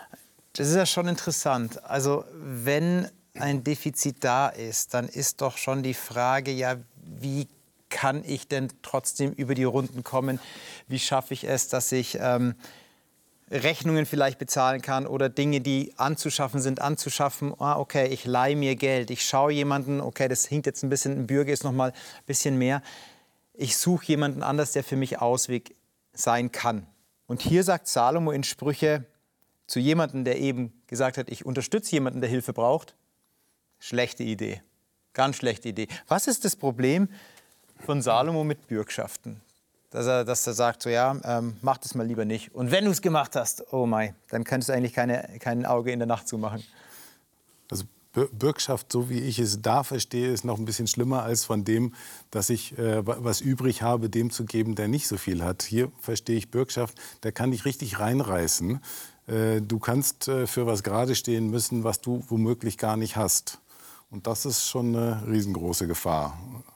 Das ist ja schon interessant. Also wenn ein Defizit da ist, dann ist doch schon die Frage, ja, wie kann ich denn trotzdem über die Runden kommen? Wie schaffe ich es, dass ich ähm, Rechnungen vielleicht bezahlen kann oder Dinge, die anzuschaffen sind, anzuschaffen. Ah, okay, ich leihe mir Geld. Ich schaue jemanden, okay, das hinkt jetzt ein bisschen, ein Bürger ist noch mal ein bisschen mehr. Ich suche jemanden anders, der für mich Ausweg sein kann. Und hier sagt Salomo in Sprüche zu jemandem, der eben gesagt hat, ich unterstütze jemanden, der Hilfe braucht, schlechte Idee, ganz schlechte Idee. Was ist das Problem von Salomo mit Bürgschaften? Dass er, dass er sagt, so ja, ähm, mach das mal lieber nicht. Und wenn du es gemacht hast, oh mein, dann könntest du eigentlich keine, kein Auge in der Nacht zumachen. Also Bürgschaft, so wie ich es da verstehe, ist noch ein bisschen schlimmer als von dem, dass ich äh, was übrig habe, dem zu geben, der nicht so viel hat. Hier verstehe ich Bürgschaft, der kann dich richtig reinreißen. Äh, du kannst äh, für was gerade stehen müssen, was du womöglich gar nicht hast. Und das ist schon eine riesengroße Gefahr,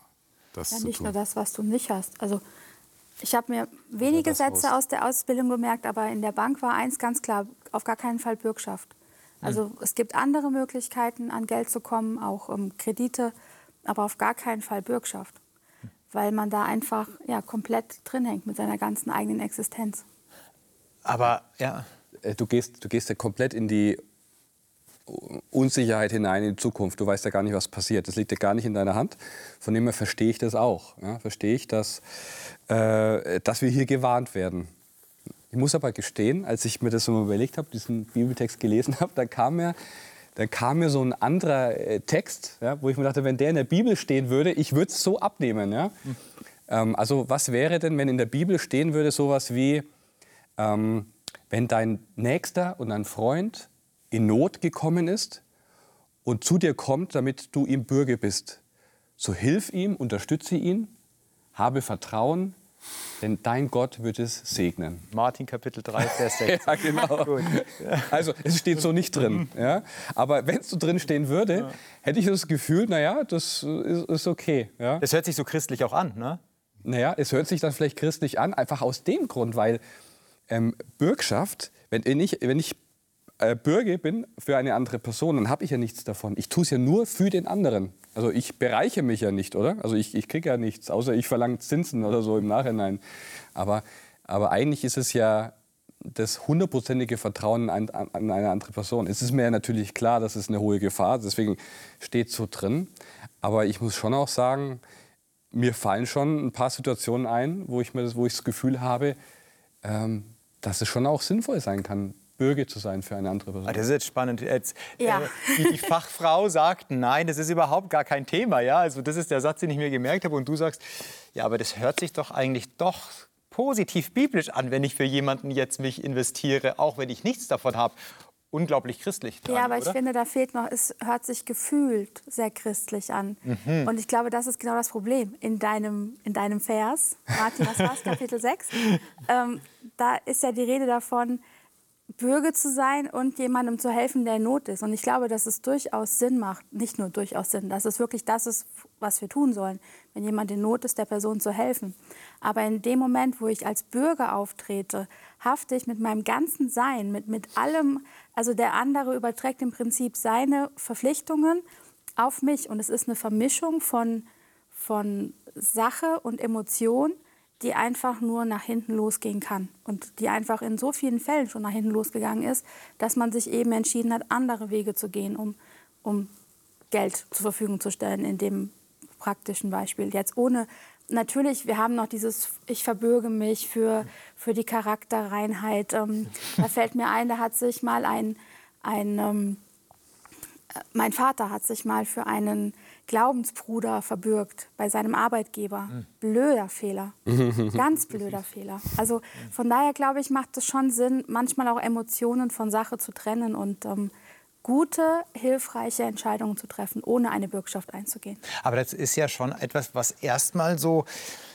das ja, zu nicht tun. nur das, was du nicht hast. Also ich habe mir wenige Sätze aus der Ausbildung gemerkt, aber in der Bank war eins ganz klar, auf gar keinen Fall Bürgschaft. Also mhm. es gibt andere Möglichkeiten, an Geld zu kommen, auch um Kredite, aber auf gar keinen Fall Bürgschaft, weil man da einfach ja, komplett drin hängt mit seiner ganzen eigenen Existenz. Aber ja, du gehst, du gehst ja komplett in die Unsicherheit hinein in die Zukunft. Du weißt ja gar nicht, was passiert. Das liegt ja gar nicht in deiner Hand. Von dem her verstehe ich das auch. Ja, verstehe ich, dass, äh, dass wir hier gewarnt werden. Ich muss aber gestehen, als ich mir das so mal überlegt habe, diesen Bibeltext gelesen habe, dann kam mir, dann kam mir so ein anderer äh, Text, ja, wo ich mir dachte, wenn der in der Bibel stehen würde, ich würde es so abnehmen. Ja? Mhm. Ähm, also was wäre denn, wenn in der Bibel stehen würde, sowas wie, ähm, wenn dein Nächster und dein Freund in Not gekommen ist und zu dir kommt, damit du ihm Bürge bist. So hilf ihm, unterstütze ihn, habe Vertrauen, denn dein Gott wird es segnen. Martin Kapitel drei, Vers sechs. Ja, genau. Gut. Also es steht so nicht drin. Ja? Aber wenn es so drin stehen würde, ja. hätte ich das Gefühl, naja, das ist, ist okay. Ja? Das hört sich so christlich auch an, ne? Naja, es hört sich dann vielleicht christlich an, einfach aus dem Grund, weil ähm, Bürgschaft, wenn ich, wenn ich Bürger bin für eine andere Person, dann habe ich ja nichts davon. Ich tue es ja nur für den anderen. Also ich bereiche mich ja nicht, oder? Also ich, ich kriege ja nichts, außer ich verlange Zinsen oder so im Nachhinein. Aber, aber eigentlich ist es ja das hundertprozentige Vertrauen an, an, an eine andere Person. Es ist mir natürlich klar, das ist eine hohe Gefahr, deswegen steht so drin. Aber ich muss schon auch sagen, mir fallen schon ein paar Situationen ein, wo ich, mir das, wo ich das Gefühl habe, ähm, dass es schon auch sinnvoll sein kann, Bürge zu sein für eine andere Person. Das ist jetzt spannend. Jetzt, Ja. äh, die, die Fachfrau sagt, nein, das ist überhaupt gar kein Thema. Ja? Also das ist der Satz, den ich mir gemerkt habe. Und du sagst, ja, aber das hört sich doch eigentlich doch positiv biblisch an, wenn ich für jemanden jetzt mich investiere, auch wenn ich nichts davon habe. Unglaublich christlich dran, Ja, aber oder? ich finde, da fehlt noch, es hört sich gefühlt sehr christlich an. Mhm. Und ich glaube, das ist genau das Problem in deinem, in deinem Vers. Martin, was war es, Kapitel sechs? Ähm, da ist ja die Rede davon, Bürge zu sein und jemandem zu helfen, der in Not ist. Und ich glaube, dass es durchaus Sinn macht, nicht nur durchaus Sinn, dass es wirklich das ist, was wir tun sollen, wenn jemand in Not ist, der Person zu helfen. Aber in dem Moment, wo ich als Bürger auftrete, hafte ich mit meinem ganzen Sein, mit, mit allem, also der andere überträgt im Prinzip seine Verpflichtungen auf mich. Und es ist eine Vermischung von, von Sache und Emotion, die einfach nur nach hinten losgehen kann und die einfach in so vielen Fällen schon nach hinten losgegangen ist, dass man sich eben entschieden hat, andere Wege zu gehen, um, um Geld zur Verfügung zu stellen, in dem praktischen Beispiel. Jetzt ohne, natürlich, wir haben noch dieses, ich verbürge mich für, für die Charakterreinheit. Ähm, da fällt mir ein, da hat sich mal ein, ein ähm, mein Vater hat sich mal für einen Glaubensbruder verbürgt bei seinem Arbeitgeber. Blöder Fehler. Ganz blöder Fehler. Also von daher, glaube ich, macht es schon Sinn, manchmal auch Emotionen von Sache zu trennen und ähm, gute, hilfreiche Entscheidungen zu treffen, ohne eine Bürgschaft einzugehen. Aber das ist ja schon etwas, was erstmal so,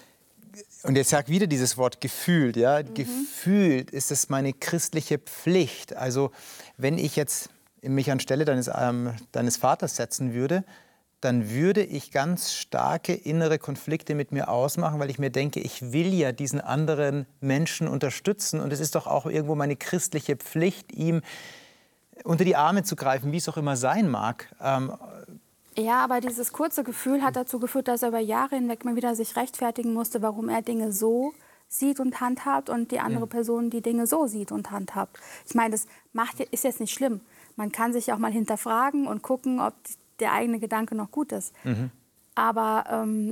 und jetzt sag wieder dieses Wort gefühlt, ja, mhm. gefühlt ist es meine christliche Pflicht. Also wenn ich jetzt mich anstelle deines, ähm, deines Vaters setzen würde, dann würde ich ganz starke innere Konflikte mit mir ausmachen, weil ich mir denke, ich will ja diesen anderen Menschen unterstützen. Und es ist doch auch irgendwo meine christliche Pflicht, ihm unter die Arme zu greifen, wie es auch immer sein mag. Ähm, Ja, aber dieses kurze Gefühl hat dazu geführt, dass er über Jahre hinweg mal wieder sich rechtfertigen musste, warum er Dinge so sieht und handhabt und die andere Person die Dinge so sieht und handhabt. Ich meine, das macht, ist jetzt nicht schlimm. Man kann sich auch mal hinterfragen und gucken, ob der eigene Gedanke noch gut ist. Mhm. Aber ähm,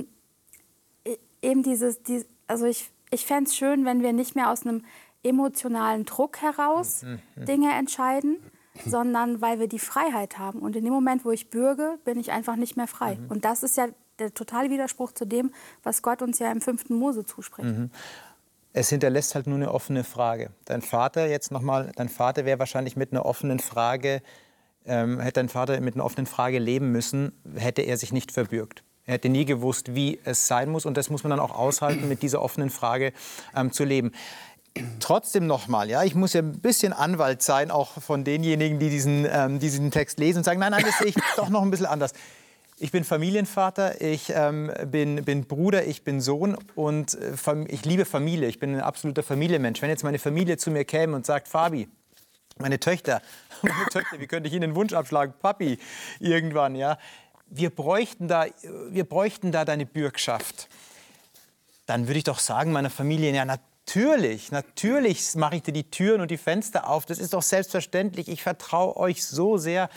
eben dieses, die, also ich, ich fände es schön, wenn wir nicht mehr aus einem emotionalen Druck heraus mhm. Dinge entscheiden, sondern weil wir die Freiheit haben. Und in dem Moment, wo ich bürge, bin ich einfach nicht mehr frei. Mhm. Und das ist ja der totale Widerspruch zu dem, was Gott uns ja im fünften Mose zuspricht. Mhm. Es hinterlässt halt nur eine offene Frage. Dein Vater jetzt noch mal, dein Vater wäre wahrscheinlich mit einer offenen Frage, ähm, hätte dein Vater mit einer offenen Frage leben müssen, hätte er sich nicht verbürgt. Er hätte nie gewusst, wie es sein muss, und das muss man dann auch aushalten, mit dieser offenen Frage ähm, zu leben. Trotzdem noch mal, ja, ich muss ja ein bisschen Anwalt sein, auch von denjenigen, die diesen, ähm, die diesen Text lesen und sagen, nein, nein, das sehe ich doch noch ein bisschen anders. Ich bin Familienvater, ich ähm, bin, bin Bruder, ich bin Sohn und äh, ich liebe Familie. Ich bin ein absoluter Familienmensch. Wenn jetzt meine Familie zu mir käme und sagt, Fabi, meine Töchter, meine Töchter, wie könnte ich Ihnen einen Wunsch abschlagen? Papi, irgendwann, ja. Wir bräuchten da, wir bräuchten da deine Bürgschaft. Dann würde ich doch sagen meiner Familie, ja, natürlich, natürlich mache ich dir die Türen und die Fenster auf. Das ist doch selbstverständlich. Ich vertraue euch so sehr.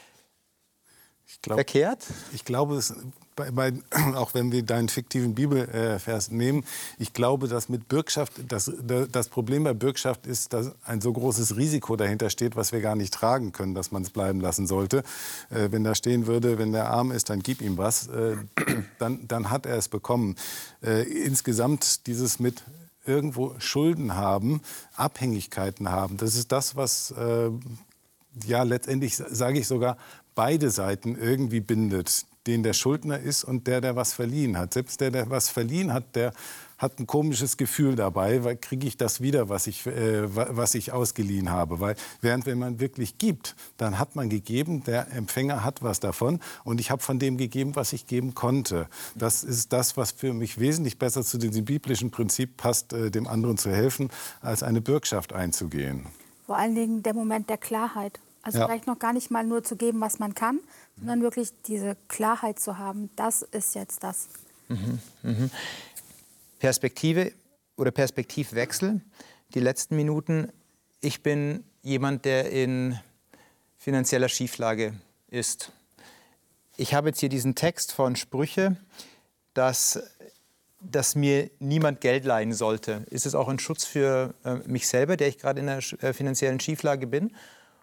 Ich glaub, Verkehrt? Ich glaube, es, bei, bei, auch wenn wir deinen fiktiven Bibelvers nehmen, ich glaube, dass mit Bürgschaft, das, das Problem bei Bürgschaft ist, dass ein so großes Risiko dahinter steht, was wir gar nicht tragen können, dass man es bleiben lassen sollte. Äh, wenn da stehen würde, wenn der arm ist, dann gib ihm was, äh, dann, dann hat er es bekommen. Äh, insgesamt dieses mit irgendwo Schulden haben, Abhängigkeiten haben, das ist das, was äh, ja letztendlich, sage ich sogar, beide Seiten irgendwie bindet. Den der Schuldner ist und der, der was verliehen hat. Selbst der, der was verliehen hat, der hat ein komisches Gefühl dabei, weil kriege ich das wieder, was ich, äh, was ich ausgeliehen habe. Weil während wenn man wirklich gibt, dann hat man gegeben, der Empfänger hat was davon und ich habe von dem gegeben, was ich geben konnte. Das ist das, was für mich wesentlich besser zu diesem biblischen Prinzip passt, äh, dem anderen zu helfen, als eine Bürgschaft einzugehen. Vor allen Dingen der Moment der Klarheit. Also ja. vielleicht noch gar nicht mal nur zu geben, was man kann, sondern wirklich diese Klarheit zu haben, das ist jetzt das. Mhm, mhm. Perspektive oder Perspektivwechsel. Die letzten Minuten. ich bin jemand, der in finanzieller Schieflage ist. Ich habe jetzt hier diesen Text von Sprüche, dass, dass mir niemand Geld leihen sollte. Ist es auch ein Schutz für äh, mich selber, der ich gerade in einer äh, finanziellen Schieflage bin?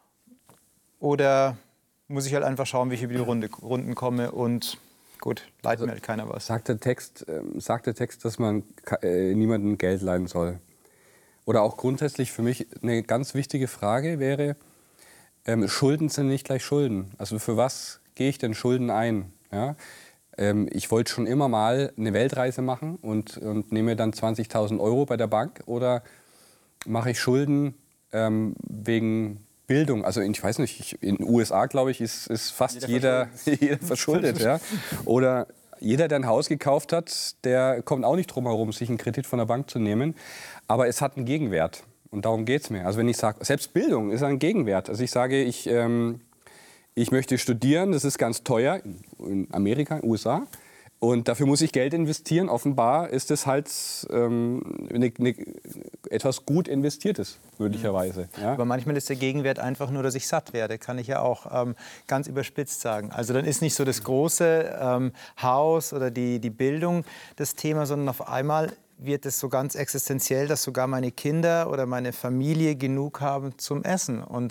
Oder muss ich halt einfach schauen, wie ich über die Runde, Runden komme und gut, leiht mir halt keiner was? Sagt der Text, äh, sagt der Text, dass man äh, niemandem Geld leihen soll? Oder auch grundsätzlich für mich eine ganz wichtige Frage wäre, ähm, Schulden sind nicht gleich Schulden. Also für was gehe ich denn Schulden ein? Ja? Ähm, ich wollte schon immer mal eine Weltreise machen und, und nehme dann zwanzigtausend Euro bei der Bank. Oder mache ich Schulden ähm, wegen Bildung? Also ich weiß nicht, ich, in den U S A, glaube ich, ist, ist fast jeder, jeder, jeder verschuldet. Ja? Oder jeder, der ein Haus gekauft hat, der kommt auch nicht drum herum, sich einen Kredit von der Bank zu nehmen. Aber es hat einen Gegenwert. Und darum geht es mir. Also wenn ich sage, selbst Bildung ist ein Gegenwert. Also ich sage, ich, ähm, ich möchte studieren, das ist ganz teuer in Amerika, in den U S A. Und dafür muss ich Geld investieren. Offenbar ist es halt ähm, eine, eine, etwas gut Investiertes, möglicherweise. Ja? Aber manchmal ist der Gegenwert einfach nur, dass ich satt werde, kann ich ja auch ähm, ganz überspitzt sagen. Also dann ist nicht so das große ähm, Haus oder die, die Bildung das Thema, sondern auf einmal wird es so ganz existenziell, dass sogar meine Kinder oder meine Familie genug haben zum Essen. Und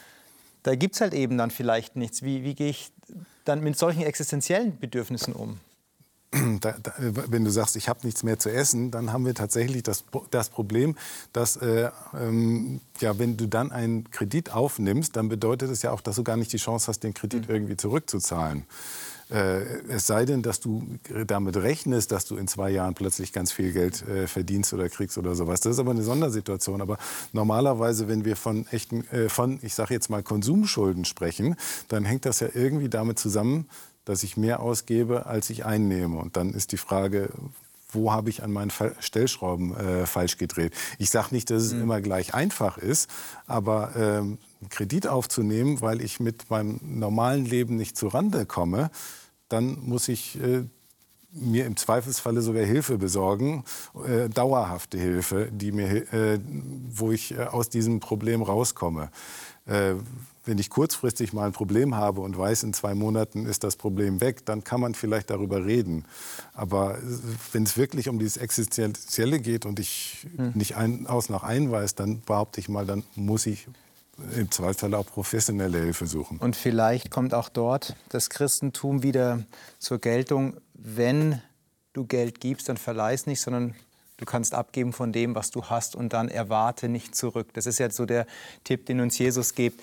da gibt es halt eben dann vielleicht nichts. Wie, wie gehe ich dann mit solchen existenziellen Bedürfnissen um? Da, da, wenn du sagst, ich habe nichts mehr zu essen, dann haben wir tatsächlich das, das Problem, dass äh, ähm, ja, wenn du dann einen Kredit aufnimmst, dann bedeutet es ja auch, dass du gar nicht die Chance hast, den Kredit irgendwie zurückzuzahlen. Äh, es sei denn, dass du damit rechnest, dass du in zwei Jahren plötzlich ganz viel Geld äh, verdienst oder kriegst oder sowas. Das ist aber eine Sondersituation. Aber normalerweise, wenn wir von echten, äh, von, ich sage jetzt mal Konsumschulden sprechen, dann hängt das ja irgendwie damit zusammen, dass ich mehr ausgebe, als ich einnehme. Und dann ist die Frage, wo habe ich an meinen Stellschrauben äh, falsch gedreht? Ich sage nicht, dass es mhm. immer gleich einfach ist, aber ähm, einen Kredit aufzunehmen, weil ich mit meinem normalen Leben nicht zurande komme, dann muss ich äh, mir im Zweifelsfalle sogar Hilfe besorgen, äh, dauerhafte Hilfe, die mir, äh, wo ich äh, aus diesem Problem rauskomme. Äh, Wenn ich kurzfristig mal ein Problem habe und weiß, in zwei Monaten ist das Problem weg, dann kann man vielleicht darüber reden. Aber wenn es wirklich um dieses Existenzielle geht und ich hm. nicht ein, aus noch einweise, dann behaupte ich mal, dann muss ich im Zweifelsfall auch professionelle Hilfe suchen. Und vielleicht kommt auch dort das Christentum wieder zur Geltung, wenn du Geld gibst, dann verleih es nicht, sondern du kannst abgeben von dem, was du hast und dann erwarte nicht zurück. Das ist jetzt so der Tipp, den uns Jesus gibt.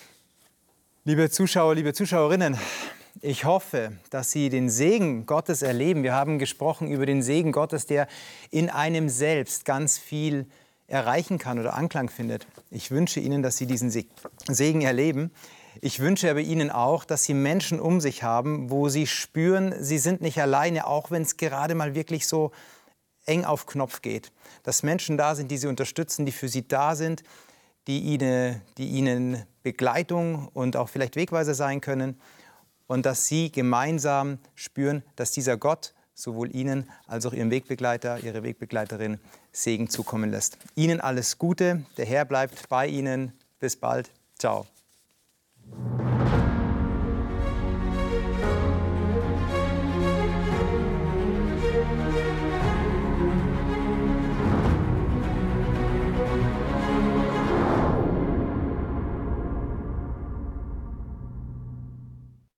Liebe Zuschauer, liebe Zuschauerinnen, ich hoffe, dass Sie den Segen Gottes erleben. Wir haben gesprochen über den Segen Gottes, der in einem selbst ganz viel erreichen kann oder Anklang findet. Ich wünsche Ihnen, dass Sie diesen Segen erleben. Ich wünsche aber Ihnen auch, dass Sie Menschen um sich haben, wo Sie spüren, Sie sind nicht alleine, auch wenn es gerade mal wirklich so eng auf Knopf geht. Dass Menschen da sind, die Sie unterstützen, die für Sie da sind, die Ihnen, die Ihnen Begleitung und auch vielleicht Wegweiser sein können. Und dass Sie gemeinsam spüren, dass dieser Gott sowohl Ihnen als auch Ihrem Wegbegleiter, Ihre Wegbegleiterin Segen zukommen lässt. Ihnen alles Gute, der Herr bleibt bei Ihnen. Bis bald. Ciao.